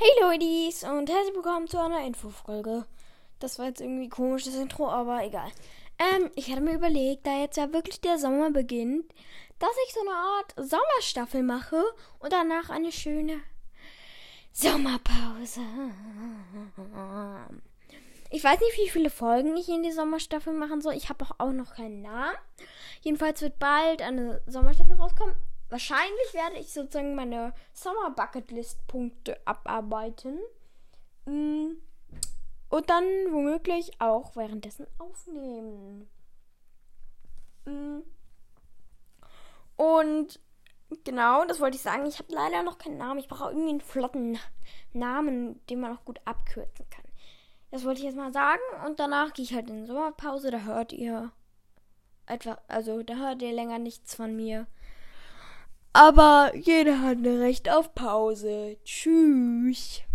Hey Ladies und herzlich willkommen zu einer Infofolge. Das war jetzt irgendwie komisch, das Intro, aber egal. Ich hatte mir überlegt, da jetzt ja wirklich der Sommer beginnt, dass ich so eine Art Sommerstaffel mache und danach eine schöne Sommerpause. Ich weiß nicht, wie viele Folgen ich in die Sommerstaffel machen soll. Ich habe auch noch keinen Namen. Jedenfalls wird bald eine Sommerstaffel rauskommen. Wahrscheinlich werde ich sozusagen meine Sommer-Bucketlist-Punkte abarbeiten. Und dann womöglich auch währenddessen aufnehmen. Und genau, das wollte ich sagen. Ich habe leider noch keinen Namen. Ich brauche irgendwie einen flotten Namen, den man auch gut abkürzen kann. Das wollte ich jetzt mal sagen. Und danach gehe ich halt in die Sommerpause. Da hört ihr länger nichts von mir. Aber jeder hat ein Recht auf Pause. Tschüss.